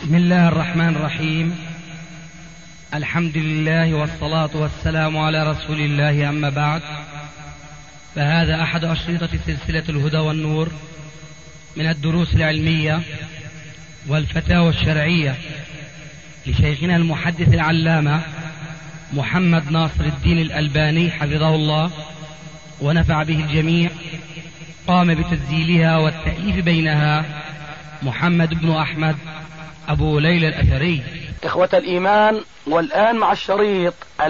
بسم الله الرحمن الرحيم. الحمد لله والصلاة والسلام على رسول الله، أما بعد، فهذا أحد أشرطة سلسلة الهدى والنور من الدروس العلمية والفتاوى الشرعية لشيخنا المحدث العلامة محمد ناصر الدين الألباني حفظه الله ونفع به الجميع. قام بتسجيلها والتأليف بينها محمد بن أحمد أبو ليلى الأثري. إخوة الإيمان، والآن مع الشريط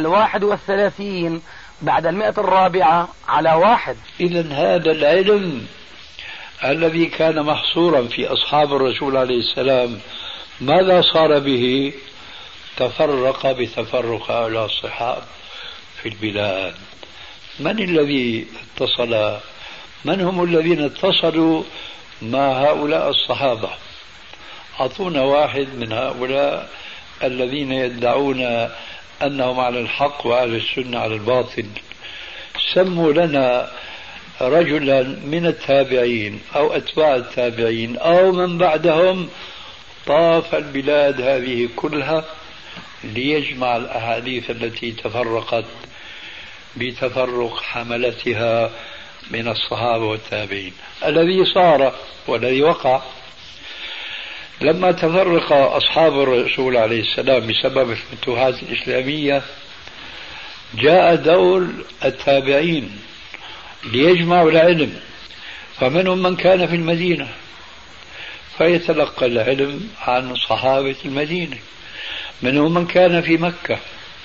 31 بعد 104 على 1. إذن هذا العلم الذي كان محصورا في أصحاب الرسول عليه السلام ماذا صار به؟ تفرق بتفرق هؤلاء الصحاب في البلاد. من الذي اتصل؟ من هم الذين اتصلوا مع هؤلاء الصحابة؟ أعطونا واحد من هؤلاء الذين يدعون أنهم على الحق وأهل السنة على الباطل. سموا لنا رجلا من التابعين أو أتباع التابعين أو من بعدهم طاف البلاد هذه كلها ليجمع الأحاديث التي تفرقت بتفرق حملتها من الصحابة والتابعين. الذي صار والذي وقع لما تفرق أصحاب الرسول عليه السلام بسبب الفتوحات الإسلامية، جاء دور التابعين ليجمعوا العلم، فمنهم من كان في المدينة فيتلقى العلم عن صحابة المدينة، منهم من كان في مكة،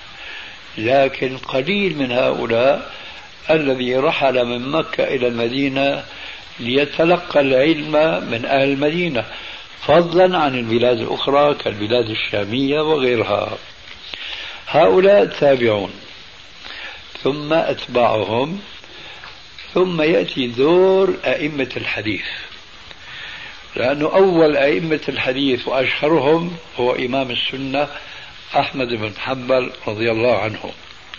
لكن قليل من هؤلاء الذي رحل من مكة إلى المدينة ليتلقى العلم من أهل المدينة، فضلا عن البلاد الأخرى كالبلاد الشامية وغيرها. هؤلاء تابعون ثم أتباعهم، ثم يأتي دور أئمة الحديث، لأنه أول أئمة الحديث وأشهرهم هو إمام السنة أحمد بن حنبل رضي الله عنه.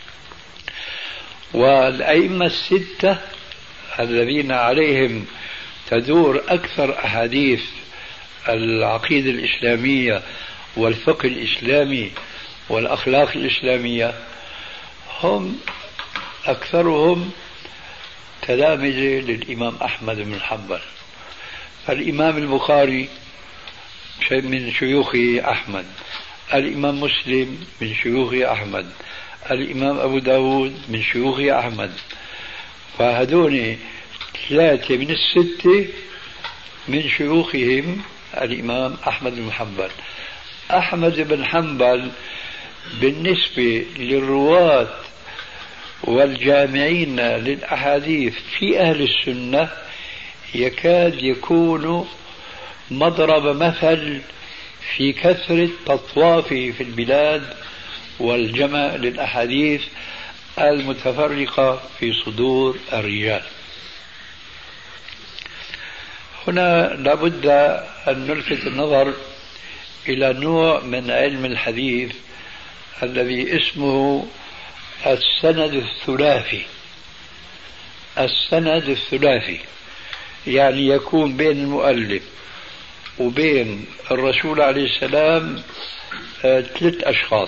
والأئمة الستة الذين عليهم تدور أكثر أحاديث العقيدة الإسلامية والفقه الإسلامي والأخلاق الإسلامية هم أكثرهم تلامذة للإمام أحمد بن حنبل. فالإمام البخاري من شيوخ أحمد، الإمام مسلم من شيوخ أحمد، الإمام أبو داود من شيوخ أحمد. فهدون ثلاثة من الستة من شيوخهم الإمام أحمد بن حنبل. أحمد بن حنبل بالنسبة للرواة والجامعين للأحاديث في أهل السنة يكاد يكون مضرب مثل في كثرة تطوافه في البلاد والجمع للأحاديث المتفرقة في صدور الرجال. هنا لابد أن نلفت النظر إلى نوع من علم الحديث الذي اسمه السند الثلاثي. السند الثلاثي يعني يكون بين المؤلف وبين الرسول عليه السلام 3 أشخاص.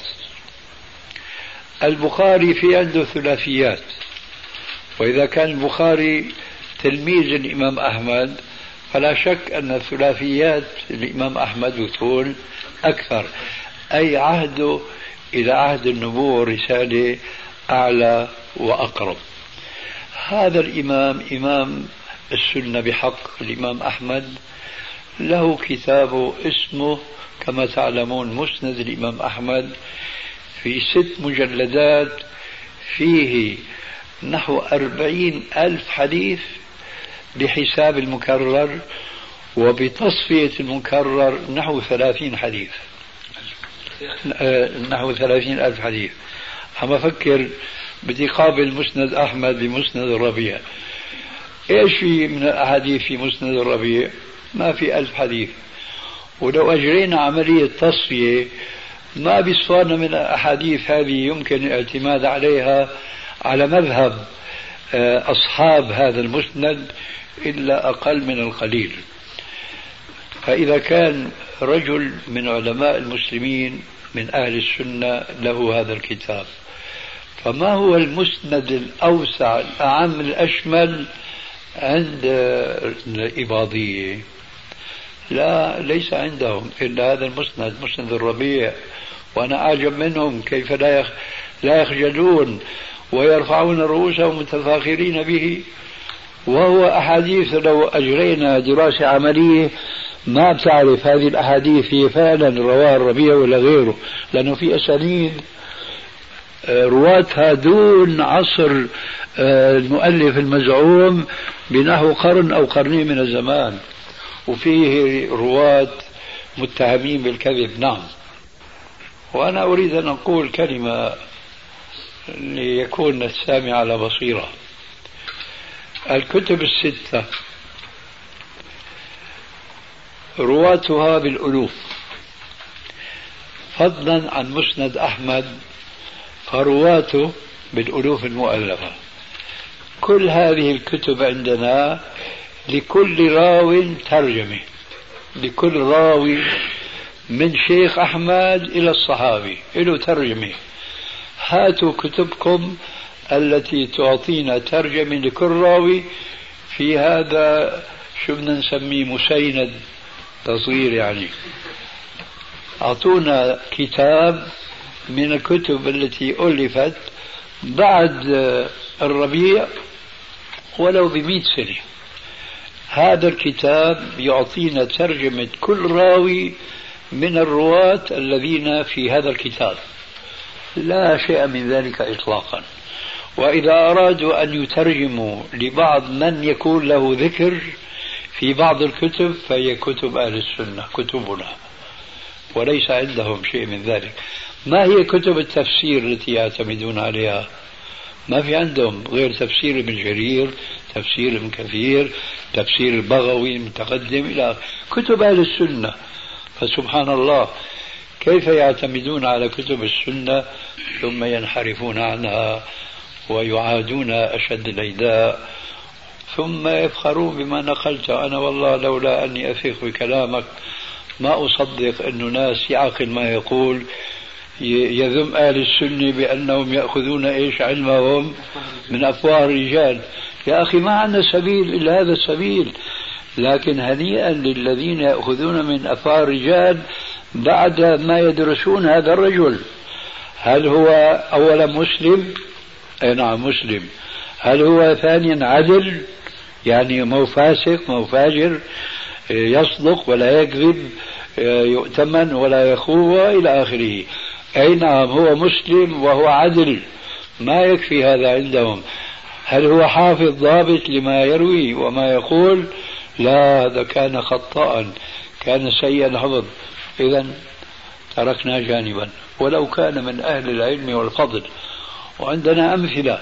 البخاري في عنده ثلاثيات، وإذا كان البخاري تلميذ الإمام أحمد فلا شك أن ثلاثيات الإمام أحمد بتكون أكثر، أي عهده إلى عهد النبوة والرسالة أعلى وأقرب. هذا الإمام إمام السنة بحق الإمام أحمد له كتاب اسمه كما تعلمون مسند الإمام أحمد في 6 مجلدات، فيه نحو 40,000 حديث بحساب المكرر، وبتصفية المكرر نحو 30 حديث، نحو 30,000 حديث. عم أفكر بدي قابل مسند أحمد بمسند الربيع، إيش في من الأحاديث في مسند الربيع؟ ما في 1000 حديث. ولو أجرينا عملية تصفية ما بيصفانا من الأحاديث هذه يمكن الاعتماد عليها على مذهب أصحاب هذا المسند إلا أقل من القليل. فإذا كان رجل من علماء المسلمين من أهل السنة له هذا الكتاب، فما هو المسند الأوسع الأعم الأشمل عند الإباضية؟ لا، ليس عندهم إلا هذا المسند، مسند الربيع. وأنا أعجب منهم كيف لا يخجلون ويرفعون رؤوسهم متفاخرين به، وهو أحاديث لو أجرينا دراسة عملية ما بتعرف هذه الأحاديث هي فعلا رواها الربيع ولا غيره، لأنه في أسانيد رواتها دون عصر المؤلف المزعوم بنحو قرن أو قرنين من الزمان، وفيه رواة متهمين بالكذب. نعم. وأنا أريد أن أقول كلمة ليكون السامع على بصيرة. الكتب الستة رواتها بالألوف، فضلا عن مسند أحمد فرواته بالألوف المؤلفة. كل هذه الكتب عندنا لكل راو ترجمة، لكل راوي من شيخ أحمد إلى الصحابي له ترجمة. هاتوا كتبكم التي تعطينا ترجمة لكل راوي في هذا شو بدنا نسميه مسيند تصغير يعني. أعطونا كتاب من الكتب التي ألفت بعد الربيع ولو ب100 سنة. هذا الكتاب يعطينا ترجمة كل راوي من الرواة الذين في هذا الكتاب، لا شيء من ذلك إطلاقا. وإذا أرادوا أن يترجموا لبعض من يكون له ذكر في بعض الكتب فهي كتب أهل السنة، كتبنا، وليس عندهم شيء من ذلك. ما هي كتب التفسير التي يعتمدون عليها؟ ما في عندهم غير تفسير ابن جرير، تفسير ابن كثير، تفسير البغوي المتقدم إلى كتب أهل السنة. فسبحان الله كيف يعتمدون على كتب السنة ثم ينحرفون عنها ويعادون أشد العداء ثم يفخرون بما نقلت. أنا والله لولا أني أثق بكلامك ما أصدق أن ناس يعقل ما يقول يذم أهل السنة بأنهم يأخذون إيش علمهم من أفواه الرجال. يا أخي ما عندنا سبيل إلا هذا السبيل، لكن هنيئا للذين يأخذون من أفواه الرجال بعد ما يدرسون هذا الرجل. هل هو أولا مسلم؟ أي نعم مسلم. هل هو ثانيا عدل؟ يعني مو فاسق مو فاجر، يصدق ولا يكذب، يؤتمن ولا يخون إلى آخره. أي نعم هو مسلم وهو عدل، ما يكفي هذا عندهم. هل هو حافظ ضابط لما يروي وما يقول؟ لا، هذا كان خطاء، كان سيء الحفظ. إذن تركنا جانبا ولو كان من أهل العلم والفضل. وعندنا أمثلة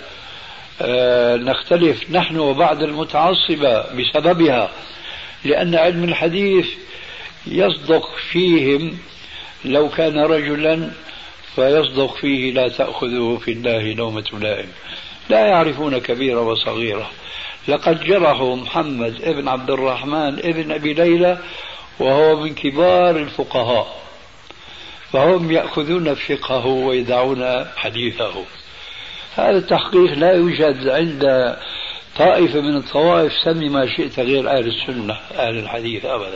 نختلف نحن وبعض المتعصبة بسببها، لأن علم الحديث يصدق فيهم لو كان رجلا فيصدق فيه لا تأخذه في الله لومة لائم، لا يعرفون كبيرة وصغيرة. لقد جرحوا محمد ابن عبد الرحمن ابن أبي ليلى وهو من كبار الفقهاء، فهم يأخذون فقهه ويدعون حديثه. هذا التحقيق لا يوجد عند طائفة من الطوائف، سمي ما شئت غير أهل السنة أهل الحديث أبدا.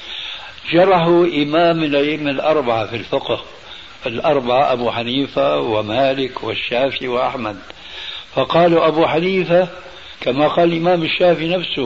جرحوا إمام من الأئمة الأربعة في الفقه، الأربعة أبو حنيفة ومالك والشافعي وأحمد، فقالوا أبو حنيفة كما قال الإمام الشافعي نفسه: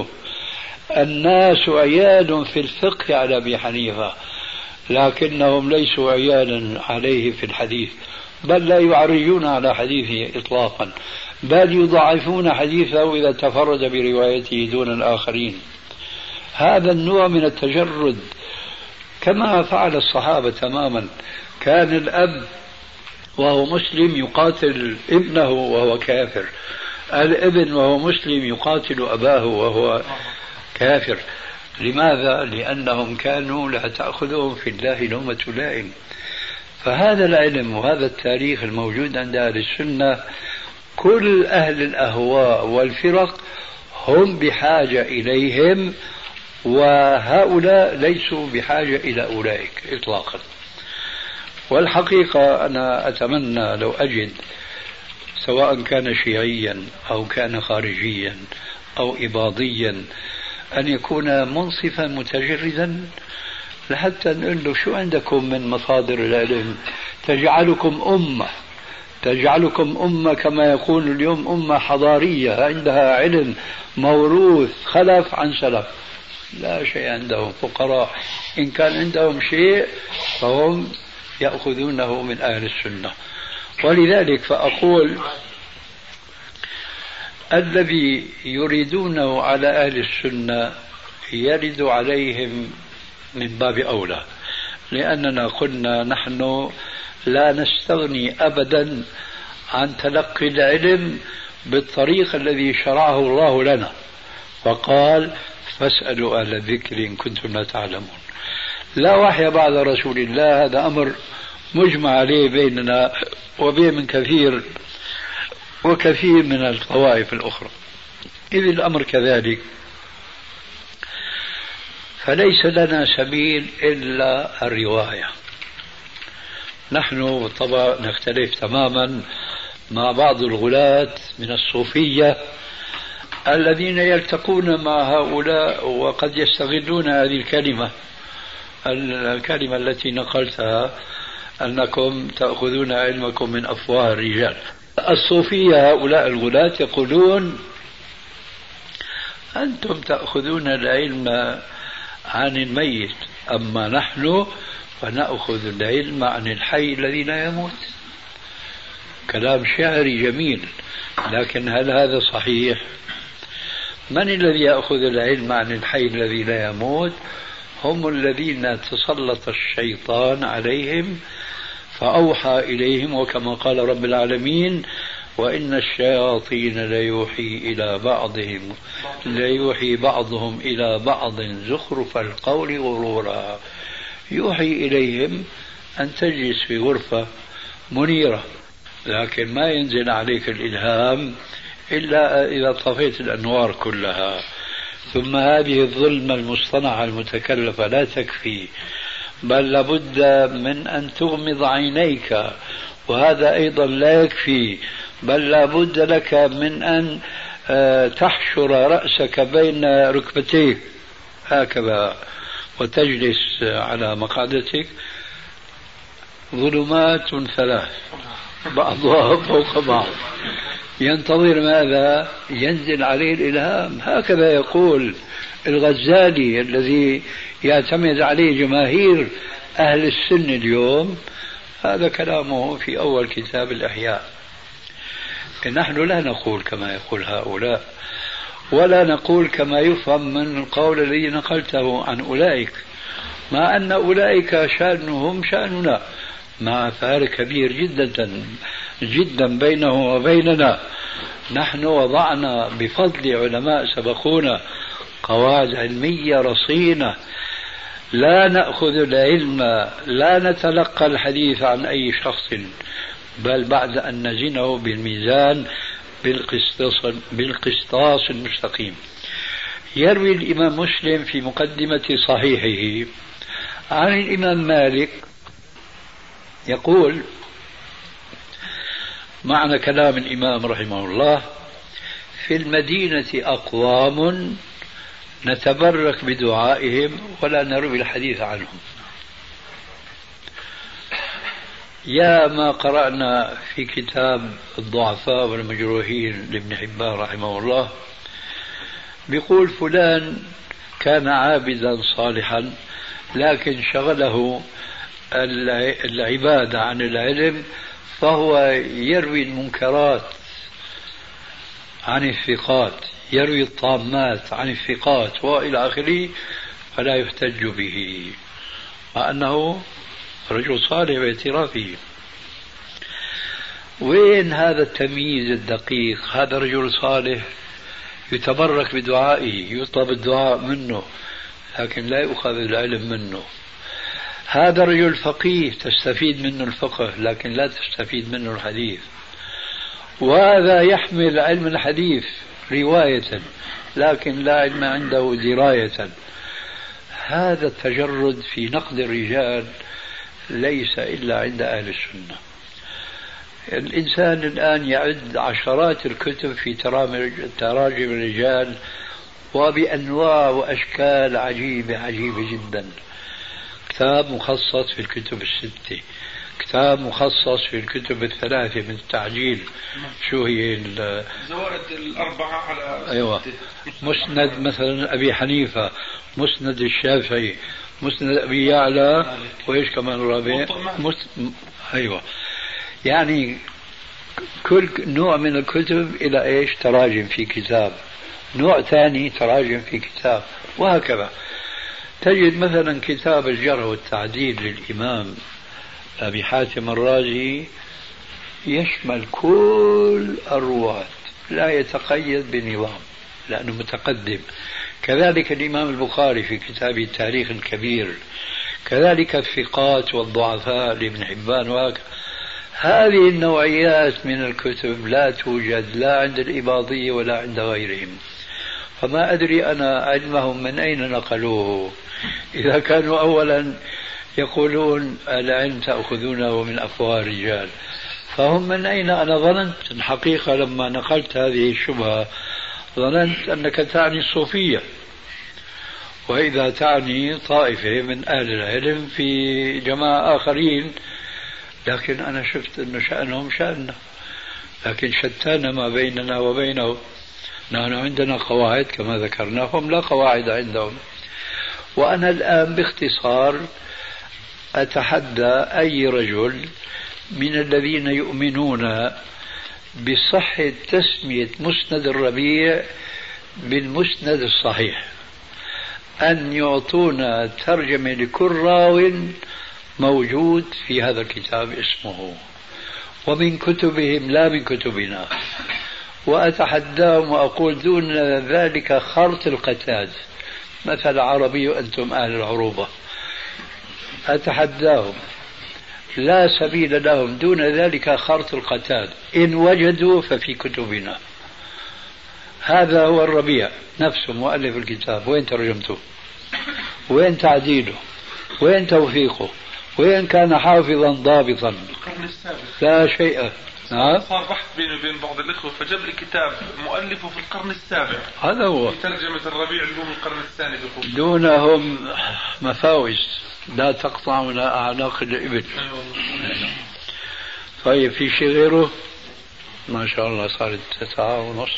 الناس عيال في الفقه على أبي حنيفة لكنهم ليسوا عيالا عليه في الحديث، بل لا يعرجون على حديثه إطلاقا، بل يضعفون حديثه إذا تفرد بروايته دون الآخرين. هذا النوع من التجرد كما فعل الصحابة تماما. كان الأب وهو مسلم يقاتل ابنه وهو كافر، الابن وهو مسلم يقاتل أباه وهو كافر. لماذا؟ لأنهم كانوا لا تأخذهم في الله لومة لائم. فهذا العلم وهذا التاريخ الموجود عند أهل السنة كل أهل الأهواء والفرق هم بحاجة إليهم وهؤلاء ليسوا بحاجة إلى أولئك إطلاقا. والحقيقة أنا أتمنى لو أجد سواء كان شيعيا أو كان خارجيا أو إباضيا أن يكون منصفا متجردا، لحتى نقول له شو عندكم من مصادر العلم تجعلكم أمة كما يقول اليوم أمة حضارية عندها علم موروث خلف عن سلف. لا شيء عندهم، فقراء. إن كان عندهم شيء فهم يأخذونه من أهل السنة. ولذلك فأقول الذي يريدونه على أهل السنة يرد عليهم من باب أولى، لأننا قلنا نحن لا نستغني أبدا عن تلقي العلم بالطريق الذي شرعه الله لنا، فقال فاسألوا أهل الذكر إن كنتم لا تعلمون. لا وحي بعد رسول الله، هذا أمر مجمع عليه بيننا وبين من كثير وكثير من الطوائف الأخرى. إذ الأمر كذلك فليس لنا سبيل إلا الرواية. نحن طبعا نختلف تماما مع بعض الغلاة من الصوفية الذين يلتقون مع هؤلاء وقد يستغلون هذه الكلمة التي نقلتها، أنكم تأخذون علمكم من أفواه الرجال. الصوفية هؤلاء الغلاة يقولون أنتم تأخذون العلم عن الميت، أما نحن فنأخذ العلم عن الحي الذي لا يموت. كلام شعري جميل، لكن هل هذا صحيح؟ من الذي يأخذ العلم عن الحي الذي لا يموت؟ هم الذين تسلط الشيطان عليهم فأوحى إليهم، وكما قال رب العالمين وإن الشياطين ليوحي بعضهم إلى بعض زخرف القول غرورا. يوحي إليهم أن تجلس في غرفة منيرة، لكن ما ينزل عليك الإلهام إلا إذا طفيت الأنوار كلها. ثم هذه الظلمة المصطنعة المتكلفة لا تكفي، بل لابد من أن تغمض عينيك، وهذا أيضا لا يكفي، بل لابد لك من أن تحشر رأسك بين ركبتيك هكذا وتجلس على مقعدتك. ظلمات ثلاث بعضها فوق بعض، ينتظر ماذا؟ ينزل عليه الإلهام. هكذا يقول الغزالي الذي يعتمد عليه جماهير أهل السنة اليوم. هذا كلامه في أول كتاب الإحياء. نحن لا نقول كما يقول هؤلاء، ولا نقول كما يفهم من القول الذي نقلته عن أولئك، مع أن أولئك شأنهم شأننا، مع فارق كبير جدا بينه وبيننا. نحن وضعنا بفضل علماء سبقونا قواعد علمية رصينة، لا نأخذ العلم، لا نتلقى الحديث عن أي شخص، بل بعد أن نزنه بالميزان بالقسطاس المستقيم. يروي الإمام مسلم في مقدمة صحيحه عن الإمام مالك يقول معنى كلام الإمام رحمه الله: في المدينة أقوام نتبرك بدعائهم ولا نروي الحديث عنهم. يا ما قرأنا في كتاب الضعفاء والمجروحين لابن حبان رحمه الله، بيقول فلان كان عابدا صالحا لكن شغله العبادة عن العلم، فهو يروي المنكرات عن الثقات، يروي الطامات عن الثقات وإلى آخره، فلا يحتج به، مع أنه رجل صالح باعترافه. وين هذا التمييز الدقيق؟ هذا رجل صالح يتبرك بدعائه، يطلب الدعاء منه، لكن لا يؤخذ العلم منه. هذا رجل فقيه تستفيد منه الفقه، لكن لا تستفيد منه الحديث. وهذا يحمل علم الحديث رواية، لكن لا علم عنده دراية. هذا التجرد في نقد الرجال ليس إلا عند أهل السنة. الإنسان الآن يعد عشرات الكتب في تراجم الرجال وبأنواع وأشكال عجيبة جدا. كتاب مخصص في الكتب الستة، كتاب مخصص في الكتب الثلاثة من التعجيل، شو هي زوائد الأربعة على أيوة، مسند مثلا أبي حنيفة، مسند الشافعي، مسند أبي يعلى، وإيش كمان الرابع؟ أيوة. يعني كل نوع من الكتب إلى إيش تراجم في كتاب، نوع ثاني تراجم في كتاب، وهكذا. تجد مثلا كتاب الجرح والتعديل للإمام أبي حاتم الرازي يشمل كل الرواة، لا يتقيد بنظام لأنه متقدم. كذلك الإمام البخاري في كتابه التاريخ الكبير، كذلك الثقات والضعفاء لابن حبان وهكذا. هذه النوعيات من الكتب لا توجد لا عند الإباضية ولا عند غيرهم. فما أدري أنا علمهم من أين نقلوه، إذا كانوا أولا يقولون العلم تأخذونه من أفواه الرجال، فهم من أين؟ أنا ظننت الحقيقة لما نقلت هذه الشبهة ظننت أنك تعني الصوفية، وإذا تعني طائفة من أهل العلم في جماعة آخرين، لكن أنا شفت أن شأنهم شأننا، لكن شتان ما بيننا وبينهم. نحن عندنا قواعد كما ذكرنا، هم لا قواعد عندهم. وأنا الآن باختصار أتحدى أي رجل من الذين يؤمنون بصحة تسمية مسند الربيع بالمسند الصحيح أن يعطونا ترجمة لكل راو موجود في هذا الكتاب اسمه، ومن كتبهم لا من كتبنا. وأتحداهم وأقول دون ذلك خرط القتاد، مثل عربي وأنتم أهل العروبة، أتحداهم لا سبيل لهم دون ذلك خرط القتاد، إن وجدوا ففي كتبنا. هذا هو الربيع نفسه مؤلف الكتاب، وين ترجمته؟ وين تعديله؟ وين توفيقه؟ وين كان حافظا ضابطا؟ القرن السابع لا شيء. صار بحث بيني وبين بعض الإخوة فجاب لي كتاب مؤلفه في القرن السابع، هذا هو في ترجمة الربيع اللي هو من القرن الثاني بيقول. دونهم مفاوز لا تقطعنا أعناق الإبل. طيب في شيء غيره؟ ما شاء الله صارت 9:30.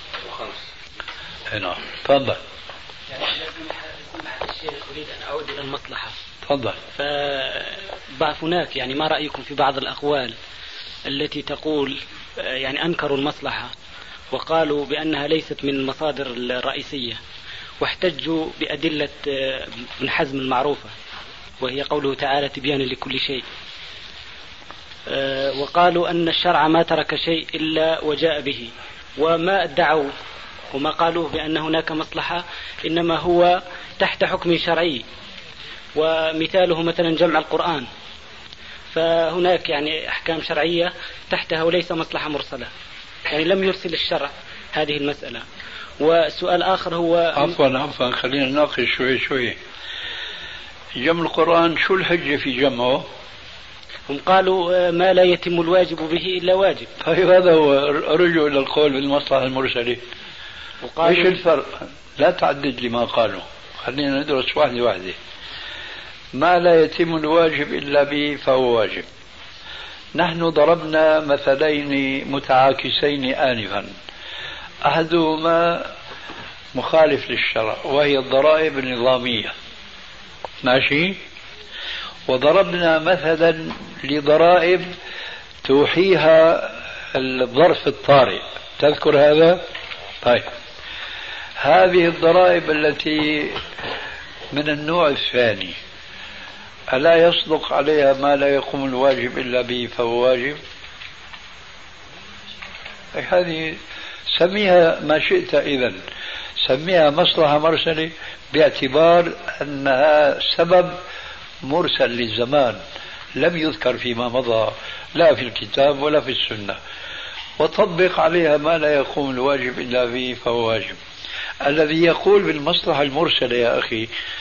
هنا تفضل. الشيخ أريد أن أعود إلى المصلحة. تفضل. هناك يعني ما رأيكم في بعض الأقوال التي تقول يعني أنكروا المصلحة وقالوا بأنها ليست من المصادر الرئيسية، واحتجوا بأدلة ابن حزم المعروفة وهي قوله تعالى تبيانا لكل شيء، وقالوا أن الشرع ما ترك شيء إلا وجاء به، وما ادعوا وما قالوه بأن هناك مصلحة إنما هو تحت حكم شرعي، ومثاله مثلا جمع القرآن، فهناك يعني أحكام شرعية تحتها وليس مصلحة مرسلة، يعني لم يرسل الشرع هذه المسألة. وسؤال آخر هو عفوا خلينا نناقش شوي. جمع القرآن شو الحجة في جمعه؟ هم قالوا ما لا يتم الواجب به إلا واجب. طيب هذا هو رجعوا إلى القول بالمصلحة المرسلة. ايش الفرق؟ لا تعدد لي ما قالوا، خلينا ندرس واحدة. ما لا يتم الواجب إلا به فهو واجب. نحن ضربنا مثلين متعاكسين آنفا، أحدهما مخالف للشرع وهي الضرائب النظامية، ماشي؟ وضربنا مثلا لضرائب توحيها الظرف الطارئ، تذكر هذا؟ طيب هذه الضرائب التي من النوع الثاني ألا يصدق عليها ما لا يقوم الواجب إلا به فهو واجب؟ هذه سميها ما شئت، إذن سميها مصلحة مرسلة باعتبار أنها سبب مرسل للزمان لم يذكر فيما مضى لا في الكتاب ولا في السنة، وطبق عليها ما لا يقوم الواجب إلا به فهو واجب. الذي يقول بالمصلحة المرسلة يا أخي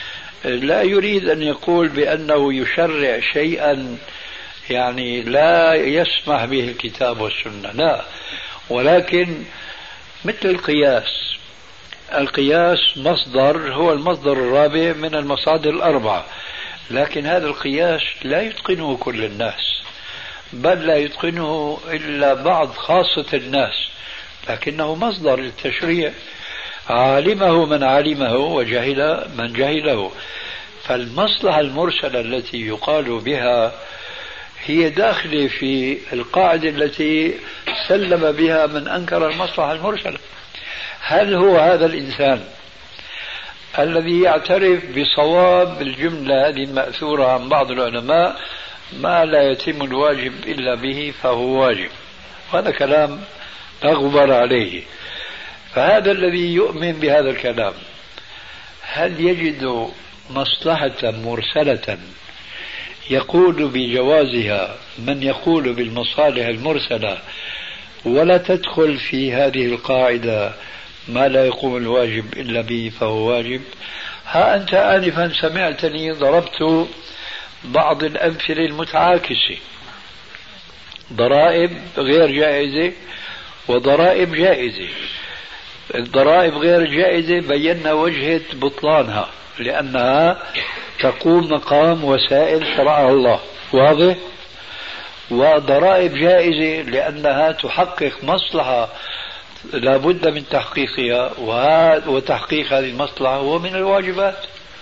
لا يريد أن يقول بأنه يشرع شيئا يعني لا يسمح به الكتاب والسنة، لا، ولكن مثل القياس. القياس مصدر، هو المصدر الرابع من المصادر الأربعة، لكن هذا القياس لا يتقنه كل الناس، بل لا يتقنه إلا بعض خاصة الناس، لكنه مصدر للتشريع، علمه من علمه وجهل من جهله. فالمصلحة المرسلة التي يقال بها هي داخلة في القاعدة التي سلم بها من أنكر المصلحة المرسلة. هل هو هذا الإنسان الذي يعترف بصواب الجملة هذه المأثورة عن بعض العلماء ما لا يتم الواجب إلا به فهو واجب؟ هذا كلام لا غبار عليه. فهذا الذي يؤمن بهذا الكلام هل يجد مصلحة مرسلة يقول بجوازها من يقول بالمصالح المرسلة ولا تدخل في هذه القاعدة ما لا يقوم الواجب إلا به فهو واجب؟ ها أنت آنفا سمعتني ضربت بعض الأمثلة المتعاكسة، ضرائب غير جائزة وضرائب جائزة. الضرائب غير جائزة بينا وجهة بطلانها لأنها تقوم مقام وسائل شرعها الله، واضح؟ وضرائب جائزة لأنها تحقق مصلحة لا بد من تحقيقها، وتحقيق هذه المصلحة هو من الواجبات.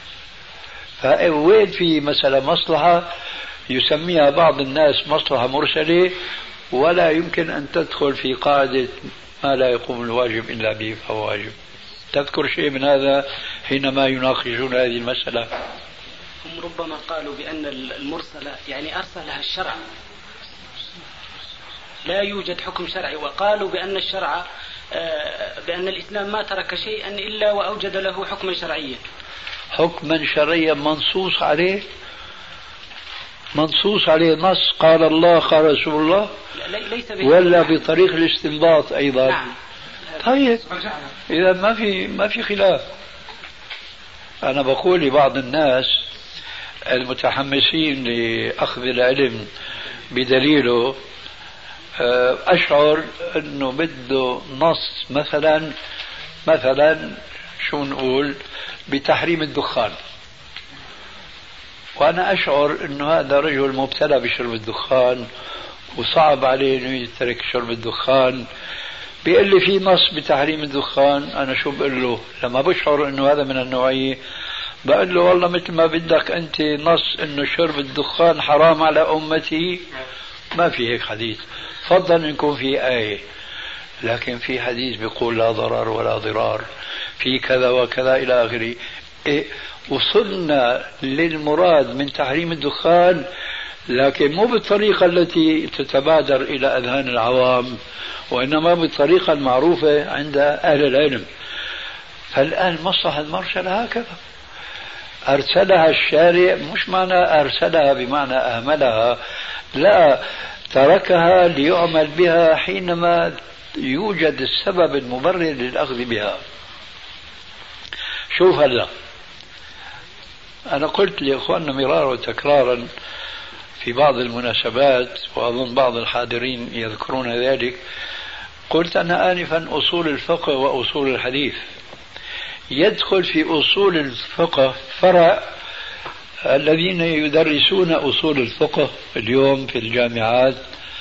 فوين في مثلا مصلحة يسميها بعض الناس مصلحة مرسلة ولا يمكن أن تدخل في قاعدة ما لا يقوم الواجب إلا به فهو واجب؟ تذكر شيء من هذا حينما يناقشون هذه المسألة؟ هم ربما قالوا بأن المرسلة يعني أرسلها الشرع، لا يوجد حكم شرعي، وقالوا بأن الشرع بأن الإسلام ما ترك شيئا إلا وأوجد له حكما شرعيا. حكما شرعيا منصوص عليه، منصوص عليه نص قال الله قال رسول الله، ليس ولا بطريق الاستنباط أيضا؟ نعم. طيب إذا ما في خلاف. أنا بقول لبعض الناس المتحمسين لأخذ العلم بدليله أشعر أنه بده نص مثلا شو نقول بتحريم الدخان، وأنا أشعر أنه هذا رجل مبتلى بشرب الدخان وصعب عليه أنه يترك شرب الدخان، بيقول لي في نص بتحريم الدخان. أنا شو بقول له لما بشعر أنه هذا من النوعية؟ بقول له والله مثل ما بدك أنت نص أنه شرب الدخان حرام على أمتي، ما في هيك حديث. فضلا أن يكون في آية، لكن في حديث بيقول لا ضرر ولا ضرار في كذا وكذا إلى آخره. وصلنا للمراد من تحريم الدخان، لكن مو بالطريقة التي تتبادر إلى أذهان العوام، وإنما بالطريقة المعروفة عند أهل العلم. فالآن مصلحة المرسلة هكذا أرسلها الشارع، مش معنى أرسلها بمعنى أهملها، لا، تركها ليعمل بها حينما يوجد السبب المبرر للأخذ بها. شوف هلا، أنا قلت لإخواننا مرارا وتكرارا في بعض المناسبات، وأظن بعض الحاضرين يذكرون ذلك، قلت أنا آنفا أصول الفقه وأصول الحديث. يدخل في أصول الفقه فرع الذين يدرسون أصول الفقه اليوم في الجامعات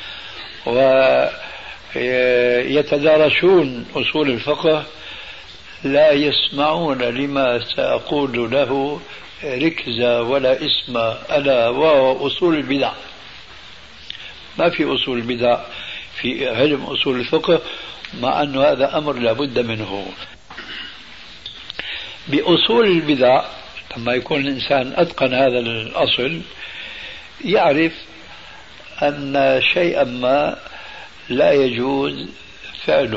ويتدارسون أصول الفقه لا يسمعون لما سأقول له ركزة ولا اسم، ألا وهو أصول البدع. ما في أصول البدع في علم أصول الفقه، مع أن هذا أمر لابد منه. بأصول البدع لما يكون الإنسان أتقن هذا الأصل يعرف أن شيئا ما لا يجوز فعله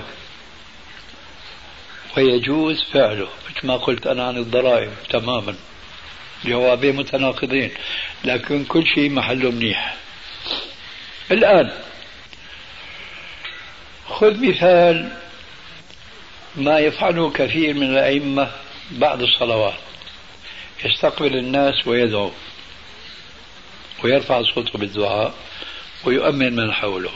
ويجوز فعله، مثل ما قلت أنا عن الضرائب تماما، جوابين متناقضين، لكن كل شيء محله منيح. الآن خذ مثال ما يفعله كثير من الأئمة بعد الصلوات، يستقبل الناس ويدعو ويرفع صوته بالدعاء ويؤمن من حوله.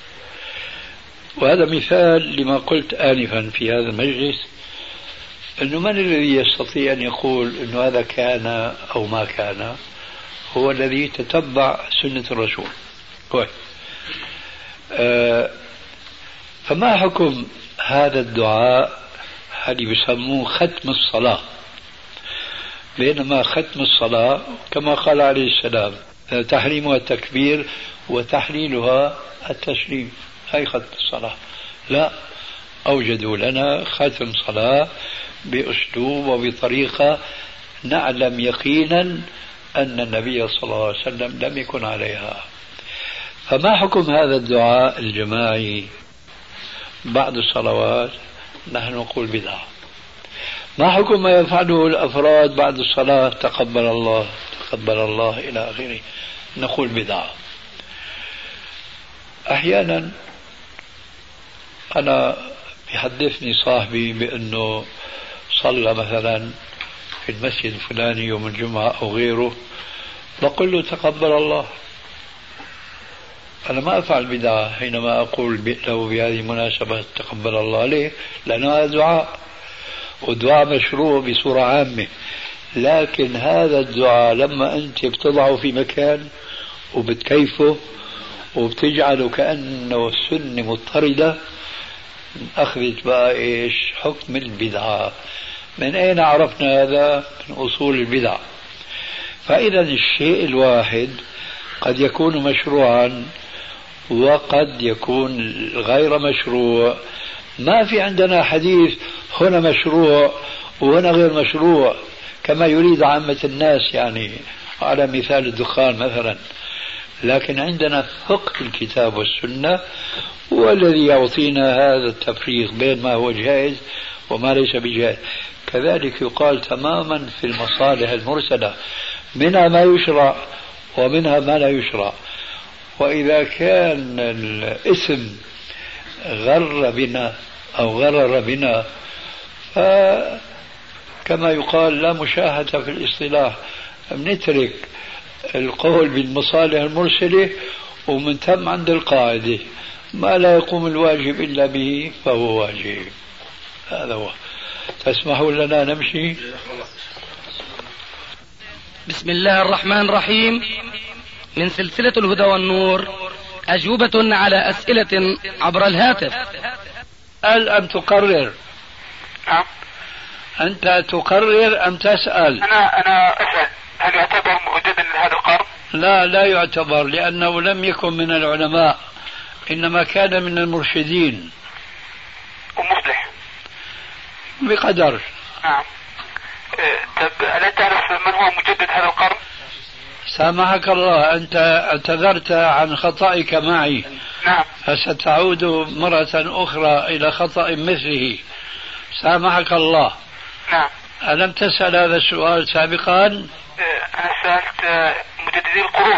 وهذا مثال لما قلت آنفا في هذا المجلس، أنه من الذي يستطيع أن يقول أنه هذا كان أو ما كان؟ هو الذي تتبع سنة الرسول. فما حكم هذا الدعاء اللي بيسموه ختم الصلاة؟ بينما ختم الصلاة كما قال عليه السلام تحريمها التكبير وتحليلها التسليم، هي ختم الصلاة. لا، أوجدوا لنا ختم صلاة بأسلوب وبطريقة نعلم يقينا أن النبي صلى الله عليه وسلم لم يكن عليها. فما حكم هذا الدعاء الجماعي بعد الصلوات؟ نحن نقول بدعة. ما حكم ما يفعله الأفراد بعد الصلاة؟ تقبل الله تقبل الله إلى آخره، نقول بدعة. أحيانا أنا يحدثني صاحبي بأنه صلى مثلا في المسجد الفلاني يوم الجمعة أو غيره، بقول له تقبل الله. أنا ما أفعل بدعة حينما أقول له بهذه المناسبة تقبل الله. ليه؟ لأن هذا دعاء، والدعاء مشروع بصورة عامة. لكن هذا الدعاء لما أنت بتضعه في مكان وبتكيفه وبتجعله كأنه سنة مضطردة، أخذت بقى إيش حكم البدعة. من أين عرفنا هذا؟ من أصول البدع. فإذا الشيء الواحد قد يكون مشروعا وقد يكون غير مشروع. ما في عندنا حديث هنا مشروع وهنا غير مشروع كما يريد عامة الناس، يعني على مثال الدخان مثلا. لكن عندنا فقه الكتاب والسنة هو الذي يعطينا هذا التفريق بين ما هو جائز وما ليس بجائز. كذلك يقال تماما في المصالح المرسلة، منها ما يشرع ومنها ما لا يشرع. وإذا كان الاسم غر بنا أو غرر بنا، كما يقال لا مشاهدة في الاصطلاح، نترك القول بالمصالح المرسلة ومن ثم عند القاعدة ما لا يقوم الواجب إلا به فهو واجب. هذا هو. تسمحوا لنا نمشي؟ بسم الله الرحمن الرحيم. من سلسلة الهدى والنور، أجوبة على أسئلة عبر الهاتف. أسأل أم تقرر؟ أنت تقرر أم تسأل؟ أنا أسأل. هل يعتبر موجودا لهذا القرن؟ لا يعتبر، لأنه لم يكن من العلماء، إنما كان من المرشدين ومصلح بقدر. نعم. طب ألا تعرف من هو مجدد هذا القرن؟ سامحك الله، أنت اعتذرت عن خطأك معي. نعم. فستعود مرة أخرى إلى خطأ مثله. سامحك الله. نعم. ألم تسأل هذا السؤال سابقا؟ أنا سألت مجددي القرون.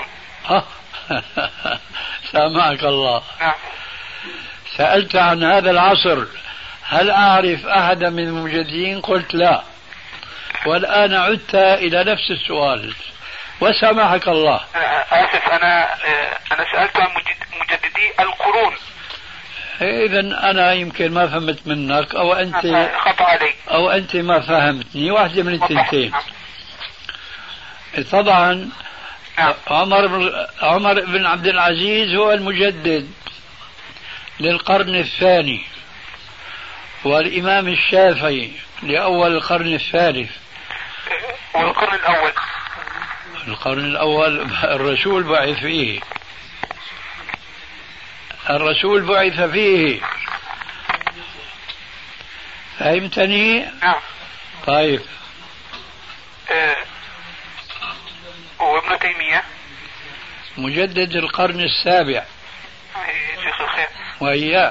سامحك الله. نعم. سألت عن هذا العصر، هل أعرف أحدا من المجددين؟ قلت لا. والآن عدت إلى نفس السؤال وسامحك الله. آسف، أنا سألت عن مجددي القرون. إذا أنا يمكن ما فهمت منك، أو أنت خطأ علي، أو أنت ما فهمتني، واحدة من التنتين. طبعا عمر بن عبد العزيز هو المجدد للقرن الثاني، والإمام الشافعي لأول القرن الثالث. والقرن الأول؟ القرن الأول الرسول بعث فيه، الرسول بعث فيه. فهمتني؟ نعم. طيب. وابن تيمية مجدد القرن السابع. شيخ الخير. وإياك.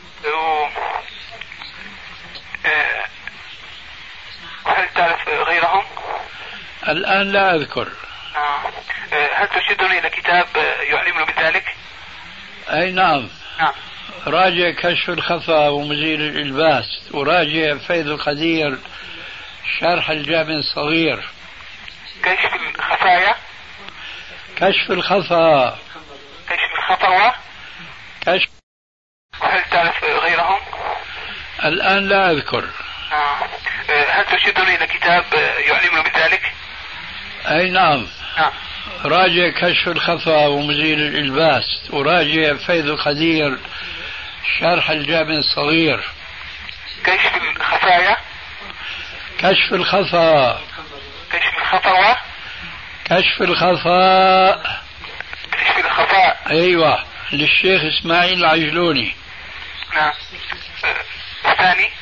هل تعرف غيرهم؟ الآن لا أذكر. هل ترشدني إلى كتاب يعلمني بذلك؟ أي نعم. نعم. راجع كشف الخفاء ومزيل الإلباس، وراجع فيض القدير شرح الجامع الصغير. كشف الخفايا. كشف الخفا. كشف الخفوة. كشف. وهل تعرف غيرهم؟ الآن لا أذكر. هل ترشدني إلى كتاب يعلمنا بذلك؟ أي نعم. راجع كشف الخفا ومزيل الإلباس، وراجع فيض القدير شرح الجامع الصغير. كشف الخفايا. كشف الخفا. كشف الخفوة. كشف الخفاء. كشف الخفاء. أيوة، للشيخ إسماعيل العجلوني. نعم. الثاني.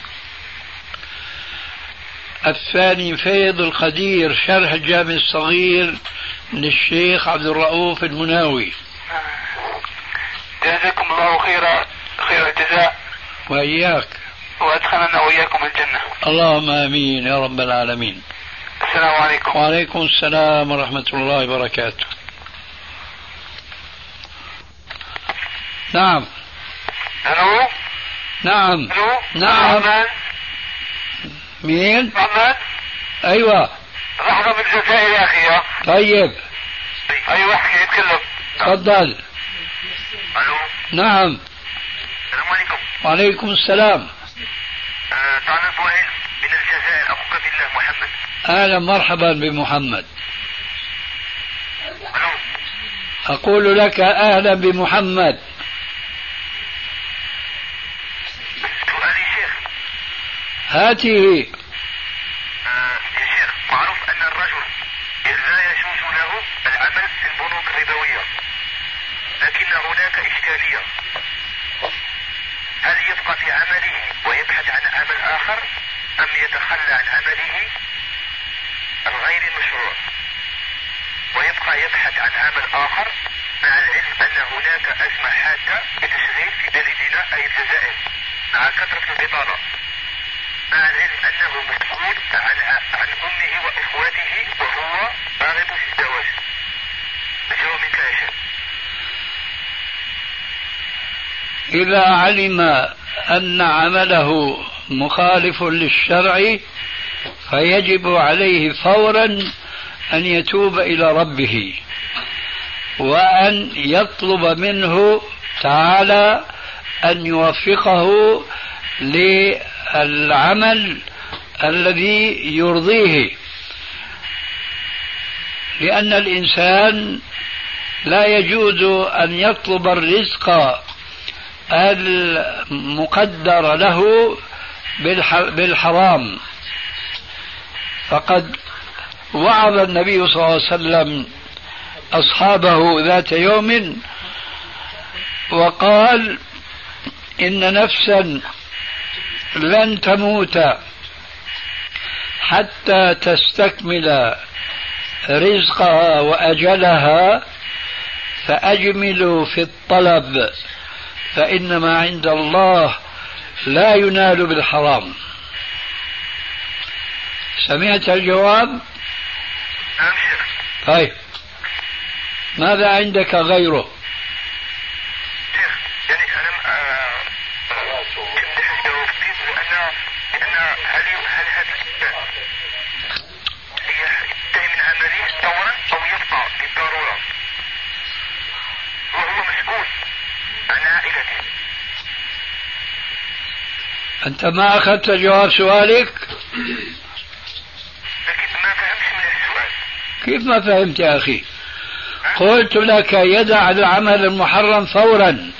الثاني فيض القدير شرح الجامع الصغير للشيخ عبد الرؤوف المناوي. جزاكم الله خير الجزاء. وإياك. وأدخلنا وإياكم الجنة. اللهم آمين يا رب العالمين. السلام عليكم. وعليكم السلام ورحمة الله وبركاته. نعم. ألو. نعم. ألو. نعم. مين؟ محمد. أيوة. لحظة من الجزائر يا أخي. طيب. أيوة احكي اتكلم. تفضل. ألو. نعم. السلام عليكم. وعليكم السلام. طالب علم من الجزائر، أخوك في الله محمد. أهلا مرحبا بمحمد. ألو. أقول لك أهلا بمحمد. سؤالي شيخ. هاته. يا شيخ، معروف أن الرجل لا يجوز له العمل في البنوك الربوية، لكن هناك إشكالية. هل يبقى في عمله ويبحث عن عمل آخر، أم يتخلى عن عمله الغير المشروع ويبقى يبحث عن عمل آخر، مع العلم أن هناك أزمة حادة بتشغيل في بلدنا أي الجزائر مع كثرة البطالة، مع العلم أنه مسؤول عن أمه وإخواته وهو راغب في الزواج. الجواب منك يا شيخ. إذا علم أن عمله مخالف للشرع فيجب عليه فورا أن يتوب إلى ربه، وأن يطلب منه تعالى أن يوفقه للعمل الذي يرضيه، لأن الإنسان لا يجوز أن يطلب الرزق المقدر له بالحرام. فقد وعظ النبي صلى الله عليه وسلم أصحابه ذات يوم وقال: إن نفسا لن تموت حتى تستكمل رزقها وأجلها، فأجملوا في الطلب، فإنما عند الله لا ينال بالحرام. سمعت الجواب؟ نعم شيخ. طيب، ماذا عندك غيره؟ شيخ، يعني أنا لأن هل هذا ينتهي من عمله فورا أو يبقى بالضرورة، وهو مسؤول عن عائلته. أنت ما أخذت جواب سؤالك؟ لكن ما فهمش من السؤال. كيف ما فهمت يا أخي؟ قلت لك يدع العمل المحرم فورا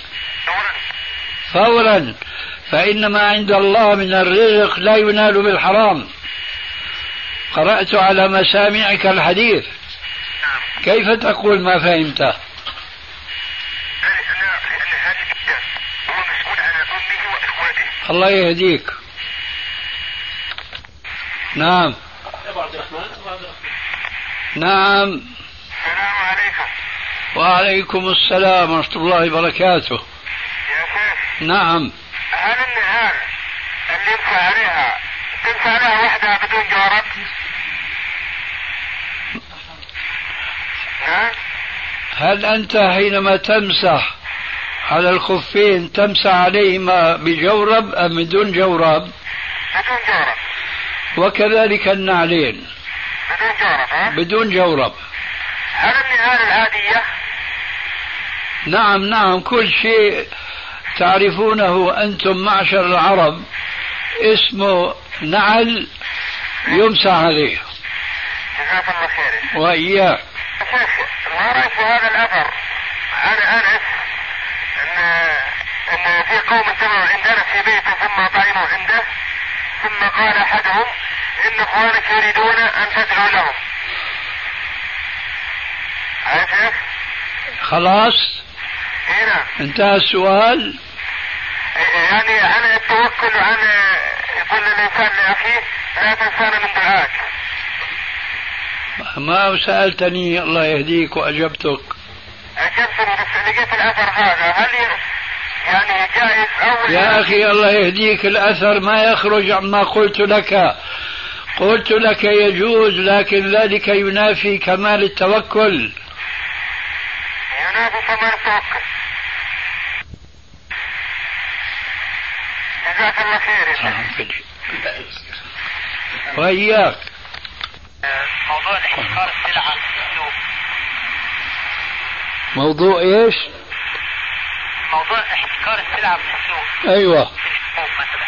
فورا، فإنما عند الله من الرزق لا ينال بالحرام. قرأت على مسامعك الحديث، كيف تقول ما فهمته؟ لأن هذا الإنسان هو مسؤول عن أمه وإخواته. الله يهديك. نعم. نعم. السلام عليكم. وعليكم السلام ورحمة الله وبركاته. يا شيخ. نعم. هل النهار اللي تنفع عليها وحدها بدون جورب؟ هل أنت حينما تمسح على الخفين تمسح عليهما بجورب أم بدون جورب؟ بدون جورب. وكذلك النعلين. بدون جورب ها؟ بدون جورب. هل النعال العادية؟ نعم نعم، كل شيء تعرفونه أنتم معشر العرب اسمه نعل يمسح عليه. جزاك الله خير. وإياك. شيخ، ما رأيك في هذا الأثر؟ أنا أعرف أن في قوم اجتمعوا عندنا في بيته ثم طعموا عنده، ثم قال أحدهم إن إخوانك يريدون أن تدعو لهم. عارف؟ خلاص هنا انتهى السؤال. يعني أنا التوكل على يقول الإنسان لأخيه لا تنسانا من دعاك. ما سألتني الله يهديك وأجبتك. أجبتني بس لقيت الأثر هذا، هل يعني جائز أو يا أخي الله يهديك، الأثر ما يخرج عما قلت لك. قلت لك يجوز، لكن ذلك ينافي كمال التوكل. ينافي كمال التوكل. جزاك الله خير. وإياك. موضوع الاحتكار السلعة في السوق. موضوع ايش؟ موضوع احتكار السلعة في السوق. ايوه. في الحبوب مثلا.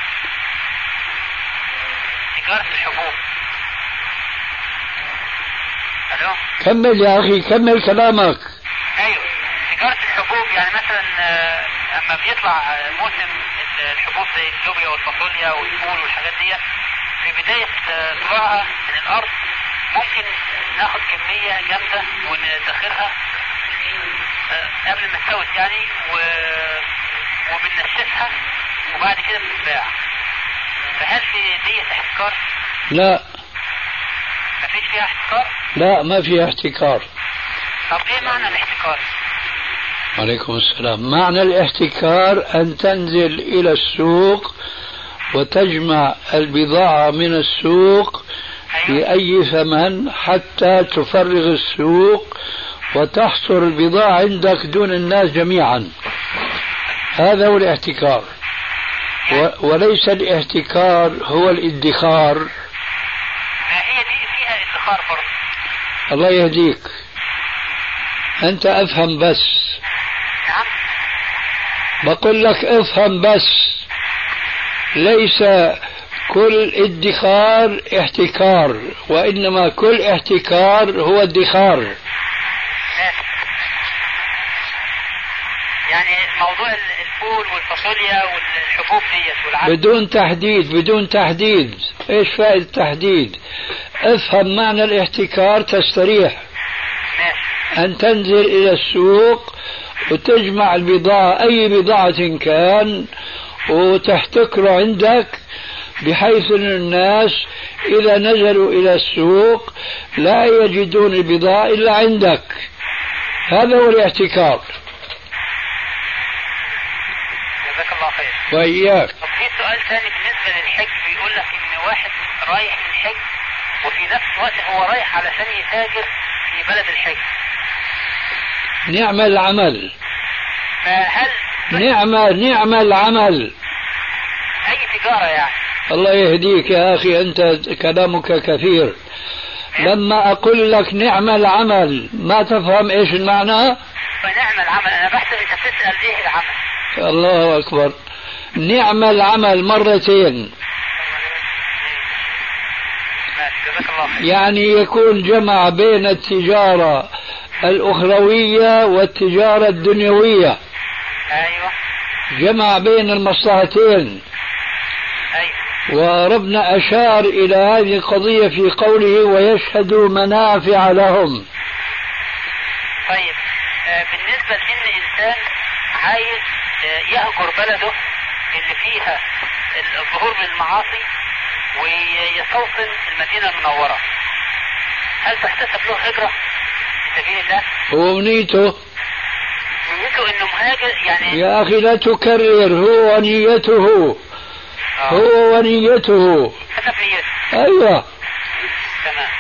تجارة الحبوب. الو. كمل يا اخي، كمل كلامك. ايوه، تجارة الحبوب يعني مثلا اما بيطلع موسم الحبوب زي اللوبيا والفاصوليا والفول والحاجات دي، في بداية طلوعها من الارض ممكن ناخد كمية جامدة وندخرها قبل ما تسوت يعني وبننشفها وبعد كده بتتباع. فهل في دي احتكار؟ لا. ما فيش فيها احتكار؟ لا ما فيها احتكار. طب ايه معنى الاحتكار؟ عليكم السلام. معنى الاحتكار أن تنزل إلى السوق وتجمع البضاعة من السوق بأي ثمن حتى تفرغ السوق وتحصر البضاعة عندك دون الناس جميعا. هذا هو الاحتكار. وليس الاحتكار هو الادخار. هي دي فيها ادخار برضه. الله يهديك، أنت أفهم بس. نعم. بقول لك افهم بس، ليس كل ادخار احتكار، وإنما كل احتكار هو ادخار. يعني موضوع الفول والفاصوليا والحبوب ديت والعدس بدون تحديد، بدون تحديد. ايش فائدة التحديد؟ افهم معنى الاحتكار تستريح. أن تنزل إلى السوق وتجمع البضاعة أي بضاعة كان وتحتكر عندك، بحيث أن الناس إذا نزلوا إلى السوق لا يجدون البضاعة إلا عندك. هذا هو الاحتكار. جزاك الله خير. وإياك. طب في سؤال ثاني بالنسبة للحج، بيقول لك إن واحد رايح للحج وفي نفس الوقت هو رايح علشان يتاجر في بلد الحج. نعم العمل. فهل نعم العمل. أي تجارة يعني. الله يهديك يا أخي، أنت كلامك كثير. لما أقول لك نعم العمل ما تفهم إيش المعنى؟ فنعم العمل، أنا بحسب أنت تسأل إيه العمل. الله أكبر. نعم العمل مرتين. يعني يكون جمع بين التجارة الأخروية والتجارة الدنيوية. أيوة. جمع بين المصلحتين. أيوة. وربنا أشار إلى هذه القضية في قوله ويشهدوا منافع لهم. طيب بالنسبة لأن إنسان عايز يهجر بلده اللي فيها الظهور بالمعاصي ويستوطن المدينة المنورة، هل تحتسب له هجرة في سبيل الله؟ هو نيته انه مهاجر يعني. يا اخي لا تكرر، هو ونيته. هو ونيته. حسب نيته. ايوه تمام.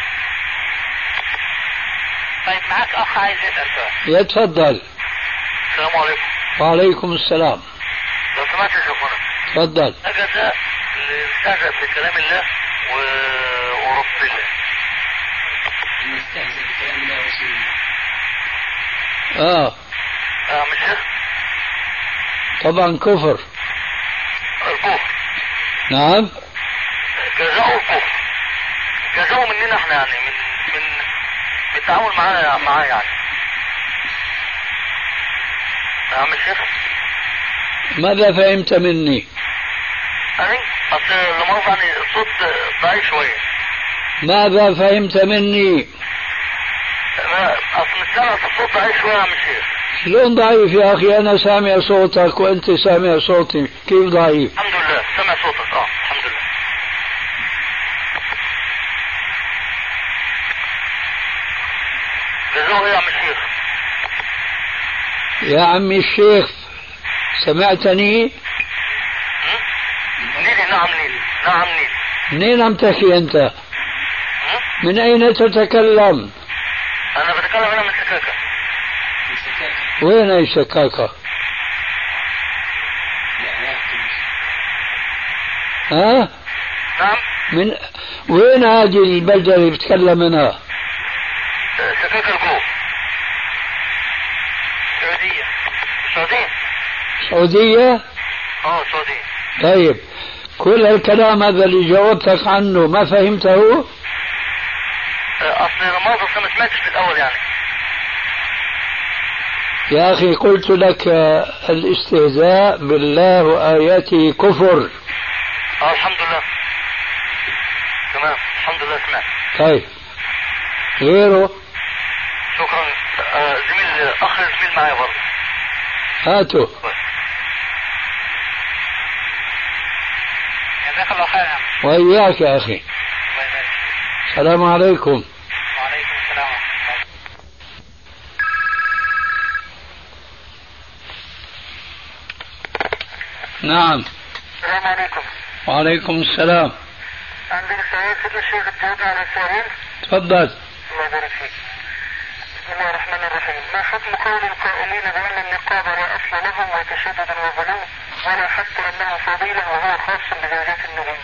طيب معك اخ عايز يسأل سؤال. يتفضل. السلام عليكم. وعليكم السلام. لو سمحت يا شيخنا. تفضل. أجد الاستهزاء بكلام الله ورب الله. نستهزئ بكلام الله ورسوله. مش شيخ؟ طبعا كفر. الكفر. نعم. جزاؤه الكفر، جزاؤه مننا احنا يعني من بالتعامل معاه يعني. نعم الشيخ. ماذا فهمت مني؟ يعني اصل لما يعني الصوت ضعيف شويه. ماذا فهمت مني؟ اصل مش سامع الصوت ضعيف شويه يا عم الشيخ. شلون ضعيف يا اخي؟ انا سامع صوتك وانت سامع صوتي، كيف ضعيف؟ الحمد لله سامع صوتك. الحمد لله. جزاؤه ايه يا عم الشيخ؟ يا عمي الشيخ سمعتني؟ نيلي. نعم نيلي. نعم نيلي. منين عم تحكي انت؟ من اين تتكلم؟ انا بتكلم انا من سكاكة. وين اي سكاكة؟ ها؟ نعم. من وين هذه البلدة اللي بتكلم منها؟ سكاكة الجو. سعودية. سعودية؟ سعودية. طيب كل الكلام هذا اللي جاوبتك عنه ما فهمته؟ اصل ما سمعتش في الاول يعني. يا أخي قلت لك الاستهزاء بالله وآياته كفر. الحمد لله. تمام الحمد لله سمعت. طيب غيره؟ شكرا. زميل معي برضه. هاتوا. جزاك الله خير. وإياك يا أخي. السلام عليكم. وعليكم السلام. نعم. السلام عليكم. وعليكم السلام. عندي سؤال سيدنا الشيخ الجواب على السؤالين. تفضل. الله يبارك فيك. بسم الله الرحمن الرحيم. ما حكم قول القائلين بأن النقاب لا أصل له وتشدد وغلو ولا حتى أنه فضيلة وهو خاص بزوجات النبي؟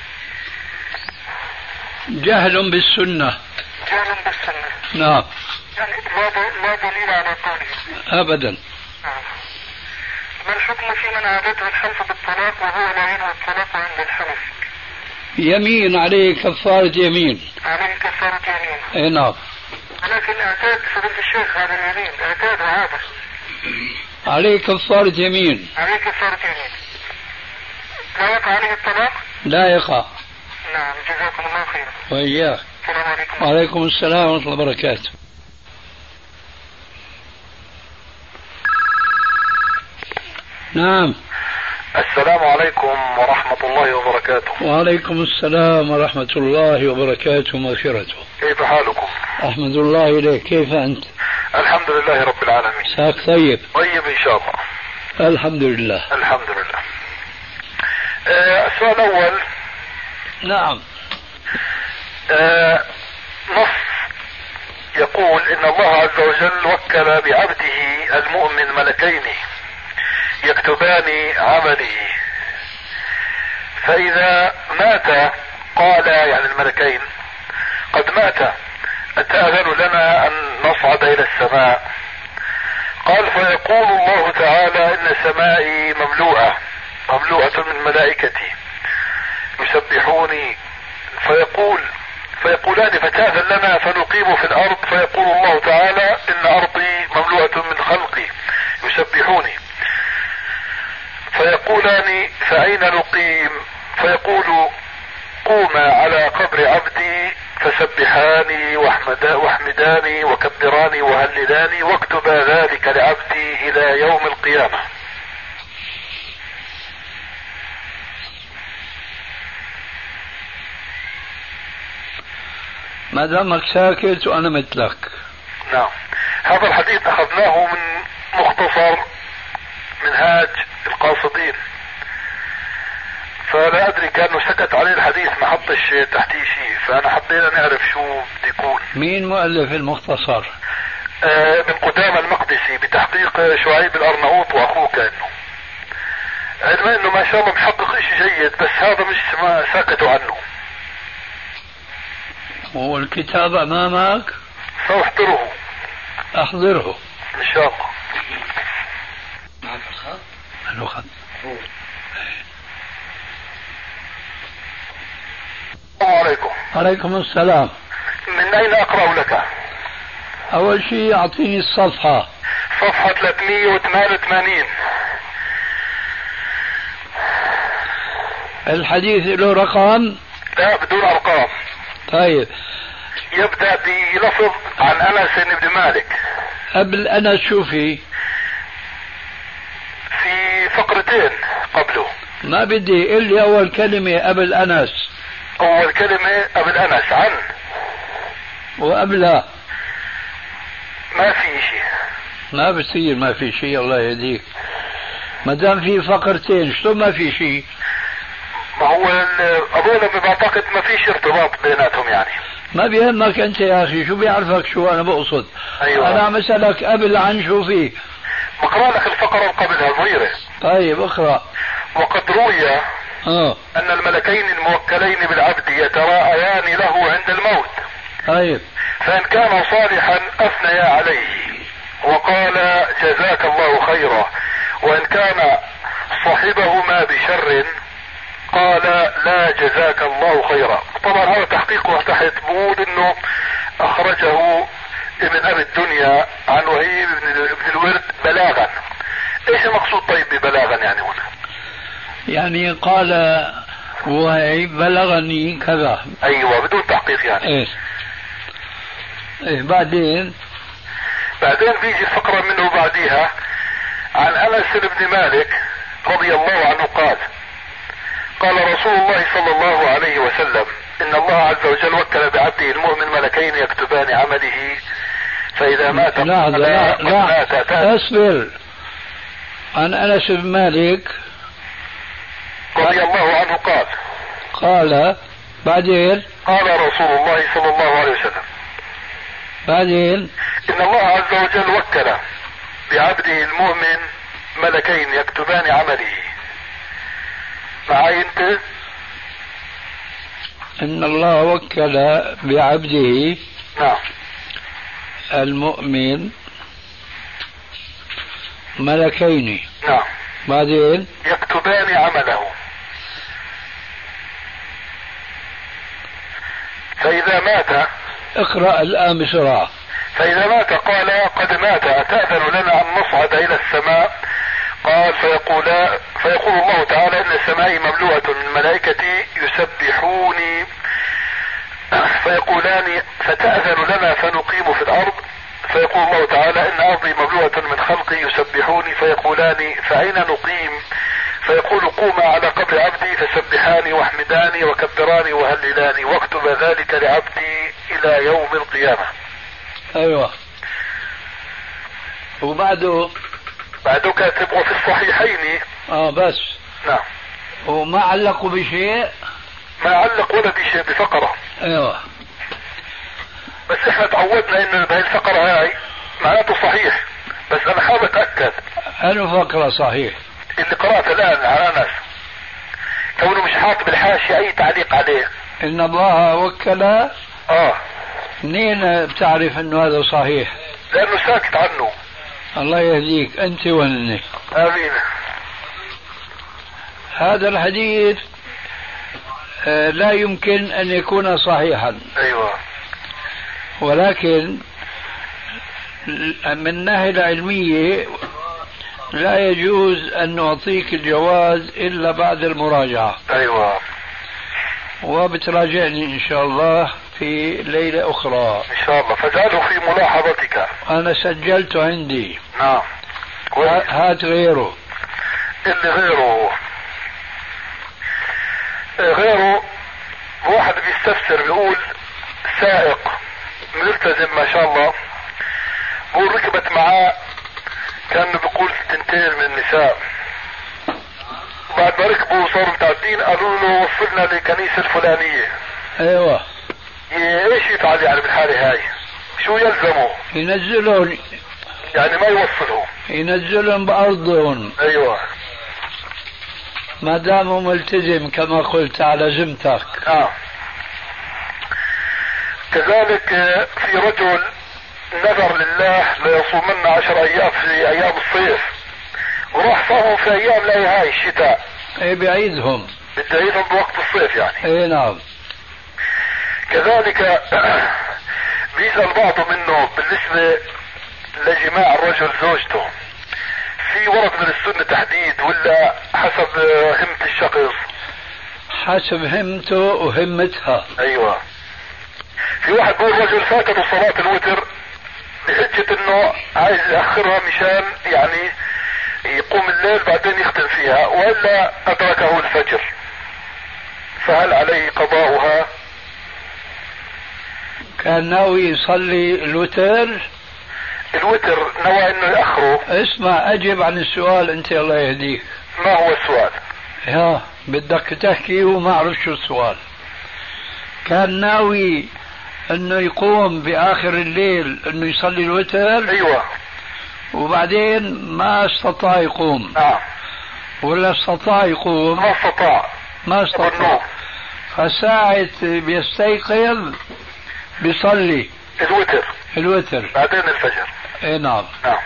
جهل بالسنة. جهل بالسنة. نعم. يعني لا دليل على قوله. أبدا. نعم. ما الحكم في من عادته الحلف بالطلاق وهو لا ينوي الطلاق عند الحلف؟ يمين عليه كفارة يمين. عليه كفارة يمين. اي نعم. ولكن اعتاد فضيلة الشيخ هذا اليمين، اعتاد وعاده. عليه كفارة يمين. عليه كفارة يمين. لا يقع عليه الطلاق؟ لا يقع. نعم جزاكم الله خيرا. وإياك. السلام عليكم. وعليكم السلام ورحمة الله وبركاته. نعم. السلام عليكم ورحمة الله وبركاته. وعليكم السلام ورحمة الله وبركاته ومغفرته. كيف حالكم؟ أحمد الله إليك، كيف أنت؟ الحمد لله رب العالمين. ساك طيب؟ طيب إن شاء الله. الحمد لله. الحمد لله. السؤال الأول. نعم. نص يقول إن الله عز وجل وكل بعبده المؤمن ملكين يكتبان عمله، فإذا مات قال يعني الملكين قد مات أتأذن لنا أن نصعد إلى السماء؟ قال فيقول الله تعالى إن سمائي مملوءة من ملائكتي يسبحوني، فيقولان فتأذن لنا فنقيم في الأرض، فيقول الله تعالى إن أرضي مملوءة من خلقي يسبحوني، فيقولان فأين نقيم؟ فيقول قوما على قبر عبدي فسبحاني واحمداني وكبراني وهللاني واكتبا ذلك لعبدي إلى يوم القيامة. ما دامك ساكت وأنا مثلك. نعم. هذا الحديث أخذناه من مختصر منهاج القاصدين، فلا أدري كأنه سكت عليه الحديث ما حطش تحتيه شيء، فأنا حبينا نعرف شو بده يكون. مين مؤلف المختصر؟ ابن قدامة المقدسي بتحقيق شعيب الأرناؤوط وأخوه كأنه، علما أنه ما شاء الله محقق شيء جيد، بس هذا مش ما ساكتوا عنه. والكتاب أمامك؟ سأحضره. أحضره إن شاء الله. معك الخط؟ الخط. السلام عليكم. عليكم السلام. من أين أقرأ لك؟ أول شيء أعطيني الصفحة. صفحة 388. الحديث له رقم؟ لا بدون أرقام. طيب. يبدأ بلفظ عن أنس بن مالك. قبل أنس شو في فقرتين قبله. ما بدي قل لي أول كلمة قبل أنس. أول كلمة قبل أنس عن. وقبلها ما في شيء. ما بصير ما في شيء. الله يهديك. ما دام في فقرتين شلون ما في شيء؟ ما هو أظن بعتقد ما فيش ارتباط بيناتهم يعني. ما بيهمك أنت يا أخي، شو بيعرفك شو أنا بقصد؟ أيوة. أنا عم أسألك قبل عن شو فيه. بقرأ لك الفقرة اللي قبلها صغيرة. طيب اقرأ. وقد روي أن الملكين الموكلين بالعبد يتراءيان له عند الموت. طيب. فإن كان صالحا أثنيا عليه وقال جزاك الله خيرا، وإن كان صاحبهما بشر قال لا جزاك الله خيرا. طبعا هذا تحقيقه تحت بقول انه اخرجه ابن ابي الدنيا عن وهيب بن الورد بلاغا. ايش المقصود طيب ببلاغا يعني هنا؟ يعني قال وهيب بلغني كذا. ايوه بدون تحقيق يعني. ايه بعدين بيجي الفقرة منه بعديها عن انس بن مالك رضي الله عنه قال رسول الله صلى الله عليه وسلم ان الله عز وجل وكل بعبده المؤمن ملكين يكتبان عمله فاذا مات لا اصبر. عن انس بن مالك رضي الله عنه قال بعدين قال رسول الله صلى الله عليه وسلم بعدين ان الله عز وجل وكل بعبده المؤمن ملكين يكتبان عمله. معي انت؟ ان الله وكل بعبده نعم المؤمن ملكين. نعم. بعدين يكتبان عمله فإذا مات. اقرأ الآن بسرعة. فإذا مات قال قد مات أتأذن لنا أن نصعد إلى السماء؟ قال فيقول الله تعالى إن السماء مملوءة من ملائكتي يسبحوني فيقولان فتأذن لنا فنقيم في الأرض. فيقول الله تعالى إن أرضي مملوءة من خلقي يسبحوني فيقولان فأين نقيم؟ فيقول قوما على قبر عبدي فسبحاني واحمداني وكبراني وهللاني واكتب ذلك لعبدي إلى يوم القيامة. أيوة. وبعده كاتب وفي الصحيحين. بس. نعم. وما علقوا بشيء. ما علق ولا بشيء بفقرة. ايوه. بس احنا تعودنا ان بهي الفقرة هاي معناته صحيح، بس انا حابب اتأكد. انه فقرة صحيح؟ اللي قرأت الان على ناس كونه مش حاط بالحاشية اي تعليق عليه. ان الله وكل. منين بتعرف انه هذا صحيح؟ لانه ساكت عنه. الله يهديك انت واني. امين. هذا الحديث لا يمكن ان يكون صحيحا. ايوه. ولكن من الناحية العلمية لا يجوز ان نعطيك الجواز الا بعد المراجعة. ايوه. وبتراجعني ان شاء الله في ليلة اخرى ان شاء الله، فاجعله في ملاحظتك. انا سجلته عندي. نعم. هات غيره. اللي غيره واحد بيستفسر بيقول سائق ملتزم ما شاء الله، بيقول ركبت معاه كان بيقول 2 من النساء، بعد ما ركبوا صاروا متعدين قالوا له وصلنا للكنيسة الفلانية. ايوه. ايش يفعل يعني بالحالة هاي؟ شو يلزمه؟ ينزلون يعني ما يوصلهم، ينزلهم بأرضهم. ايوه. ما دامه ملتزم كما قلت على ذمتك. كذلك في رجل نذر لله ليصومن 10 ايام في ايام الصيف، وراح صاموا في ايام لا هاي الشتاء. ايه بعيدهم. بده يعيدهم بوقت الصيف يعني. ايه نعم. كذلك بيسأل بعضه منه بالنسبة لجماع الرجل زوجته، في ورد من السنة تحديد ولا حسب همة الشخص؟ حسب همته وهمتها. ايوه. في واحد بيقول رجل فاتته صلاة الوتر بحجة انه عايز يأخرها مشان يعني يقوم الليل بعدين يختم فيها، وإلا أدركه الفجر، فهل عليه قضاؤها؟ كان ناوي يصلي الوتر. الوتر نوى انه يأخره. اسمع اجب عن السؤال انت الله يهديك. ما هو السؤال؟ يا بدك تحكي وما اعرف شو السؤال. كان ناوي انه يقوم باخر الليل انه يصلي الوتر. ايوه. وبعدين ما استطاع يقوم. نعم. ولا استطاع يقوم. ما استطاع. فساعة بيستيقظ بيصلي الوتر بعدين الفجر. اي نعم. نعم.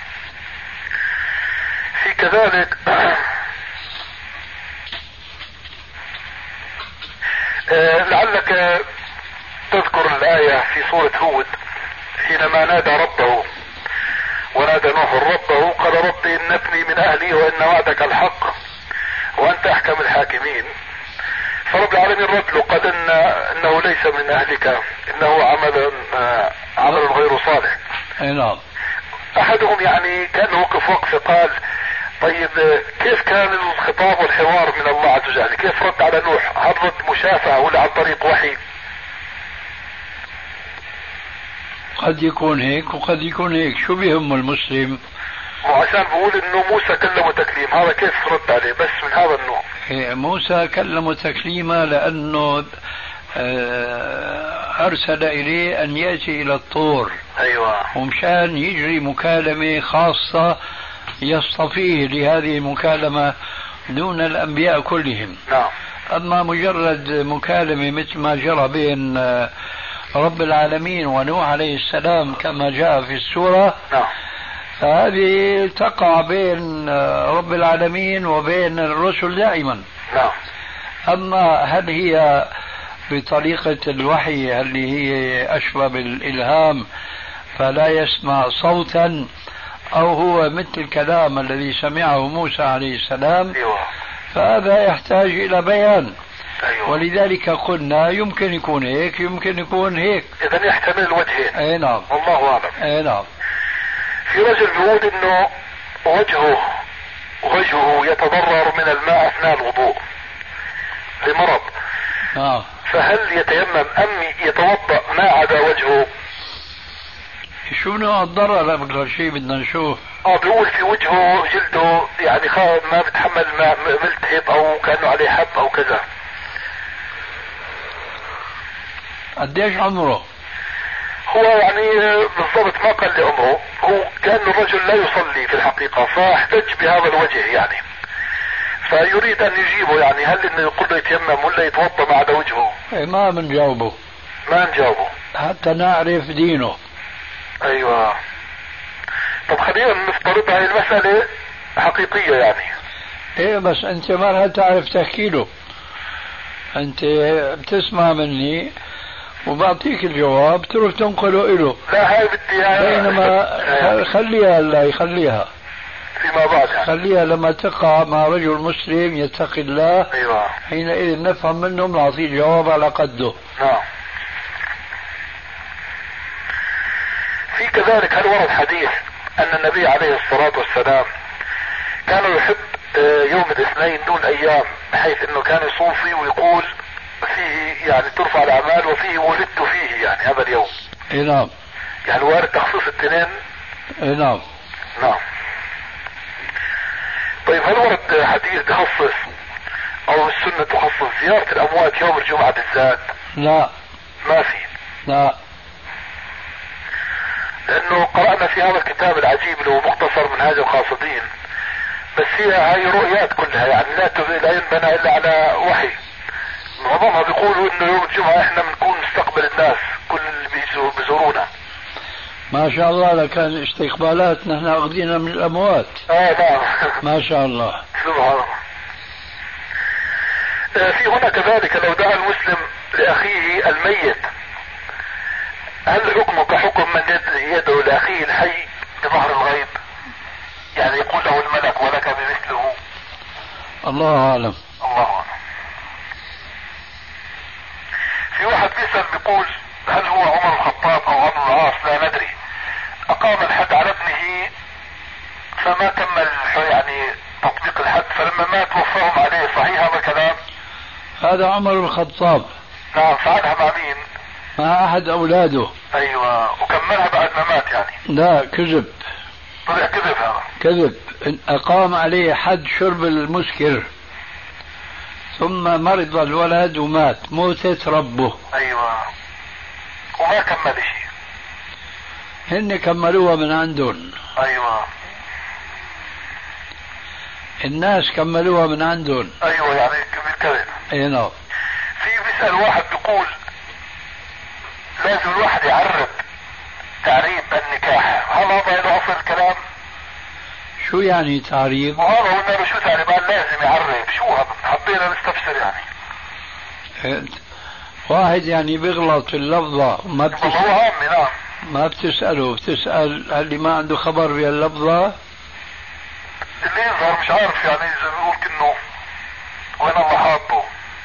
في كذلك لعلك تذكر الآية في سورة هود حينما نادى ربه، ونادى نوح ربه قال ربي إن ابني من أهلي وإن وعدك الحق وأنت أحكم الحاكمين. فرب العالمين رد له قال إنه ليس من أهلك، إنه عمل غير صالح. نعم. أحدهم يعني كان وقف وقفة قال طيب كيف كان الخطاب والحوار من الله عز وجل؟ كيف رد على نوح؟ هل رد مشافهة ولا عن طريق وحي؟ قد يكون هيك وقد يكون هيك، شو بيهم المسلم؟ وعشان بقول انه موسى كلمه تكليم، هذا كيف رد عليه بس من هذا النوع؟ موسى كلمه تكليما لانه ارسل اليه ان ياتي الى الطور. ايوه. ومشان يجري مكالمه خاصه يصطفيه لهذه المكالمه دون الانبياء كلهم. نعم. اما مجرد مكالمه مثل ما جرى بين رب العالمين ونوح عليه السلام كما جاء في السورة. نعم. فهذه تقع بين رب العالمين وبين الرسل دائما. نعم. أما هل هي بطريقة الوحي اللي هي أشبه بالإلهام فلا يسمع صوتا، أو هو مثل الكلام الذي سمعه موسى عليه السلام؟ أيوة. فهذا يحتاج إلى بيان. أيوة. ولذلك قلنا يمكن يكون هيك يمكن يكون هيك. إذا يحتمل الوجهين. أي نعم. والله أعلم. أي نعم. في رجل بيقول إنه وجهه يتضرر من الماء أثناء الوضوء لمرض. فهل يتيمم أم يتوضأ ما عدا وجهه؟ شو نوع الضرر أكثر شيء بدنا نشوف. بيقول في وجهه جلده يعني ما بتحمل ما ملتهب أو كأنه عليه حب أو كذا. قديش عمره؟ هو يعني بالضبط ما قال لي عمره، هو كان الرجل لا يصلي في الحقيقة فاحتج بهذا الوجه يعني، فيريد ان يجيبه يعني هل انه يقول له يتيمم ولا يتوضا ما عدا وجهه؟ ما بنجاوبه. ما نجاوبه حتى نعرف دينه. ايوه. طب خلينا نفترض هاي المسألة حقيقية يعني. ايه بس انت ما رح تعرف تحكي له، انت بتسمع مني وبعطيك الجواب تروح تنقله إله. لا هاي بدي بينما خليها لا يخليها فيما بعد يعني. خليها لما تقع مع رجل مسلم يتقي الله. أيوة. حينئذ نفهم منهم نعطيه الجواب على قده. نعم. في كذلك هل ورد حديث أن النبي عليه الصلاة والسلام كان يحب يوم الاثنين دون أيام، بحيث أنه كان يصوم فيه ويقول فيه يعني ترفع الأعمال وفيه ولدت فيه يعني هذا اليوم. اي نعم. يعني وارد تخصيص الاثنين. اي نعم. نعم. طيب هل ورد حديث تخصص او السنة تخصص زيارة الاموات يوم الجمعة بالذات؟ لا ما في. لا، لانه قرأنا في هذا الكتاب العجيب اللي هو مختصر منهاج القاصدين، بس هي رؤيات كلها يعني لا ينبنى الا على وحي. معظمها بيقولوا انه يوم الجمعة احنا بنكون نستقبل الناس كل اللي بيزورونا. ما شاء الله لكان استقبالات نحن أخذنا من الأموات. نعم. ما شاء الله. سبحان الله. في هنا كذلك لو دعا المسلم لأخيه الميت هل حكمه كحكم من يدعو لأخيه الحي بظهر الغيب؟ يعني يقول له الملك ولك بمثله. الله أعلم. الله أعلم. في واحد بيسأل بيقول هل هو عمر الخطاب أو عمرو بن العاص لا ندري أقام الحد على ابنه فما كمل يعني تطبيق الحد فلما مات وفاهم عليه، صحيح هذا الكلام؟ هذا عمر الخطاب. نعم. فعلها مع مين؟ مع أحد أولاده. أيوة. وكملها بعد ما مات يعني؟ لا كذب. طلع كذب هذا. كذب. أقام عليه حد شرب المسكر ثم مرض الولد ومات موتة ربه. أيوة. وما كمل شيء. هن كملوها من عندهم. أيوة. الناس كملوها من عندهم. أيوة يعني بالكذب. اي نعم. في بيسأل واحد بيقول لازم الواحد يعرب تعريب النكاح، هل هذا له أصل الكلام؟ شو يعني تعريب؟ وهذا قلنا شو تعريب؟ قال لازم يعرب. شو هذا؟ حبينا نستفسر يعني. واحد يعني بيغلط في اللفظة ما هو عامي. نعم. ما بتسأله، بتسأل اللي ما عنده خبر بهاللفظة اللي يظهر مش عارف يعني زي ما بيقول كأنه وين الله حاطه.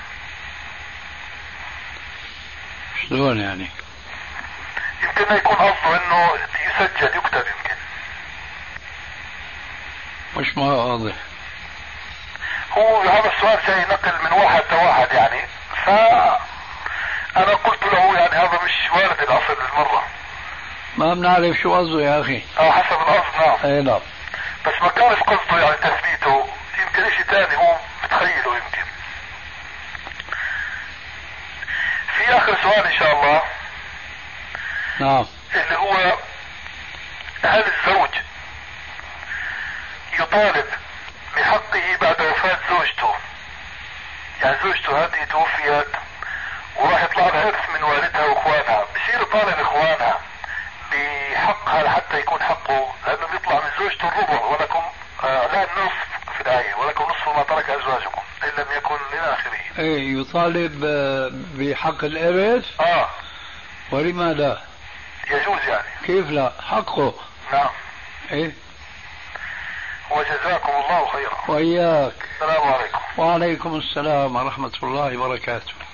شلون يعني؟ يمكن يكون قصده انه يسجل يكتب يمكن. مش ما واضح. هو هذا السؤال جاي نقل من واحد لواحد يعني، فأنا قلت له يعني هذا مش وارد الأصل بالمرة. ما بنعرف شو قصده يا أخي. حسب القصد. نعم. اي نعم. بس ما كانش قصده يعني تثبيته، يمكن اشي تاني هو بتخيله يمكن. في آخر سؤال إن شاء الله. نعم. اللي هو هل الزوج يطالب بحقه بعد وفاة زوجته؟ يعني زوجته هذه توفيت وراح يطلع لها إرث من والدها واخوانها، بصير يطالب اخوانها بحقها لحتى يكون حقه، لانه بيطلع من زوجته الربع ولكم لا النصف في الآية، ولكم نصف ما ترك ازواجكم ان لم يكن الى اخره. ايه يطالب بحق الإرث. ولما لا؟ يجوز يعني. كيف لا؟ حقه. نعم. ايه. وجزاكم الله خيرا. وإياك. السلام عليكم. وعليكم السلام ورحمة الله وبركاته.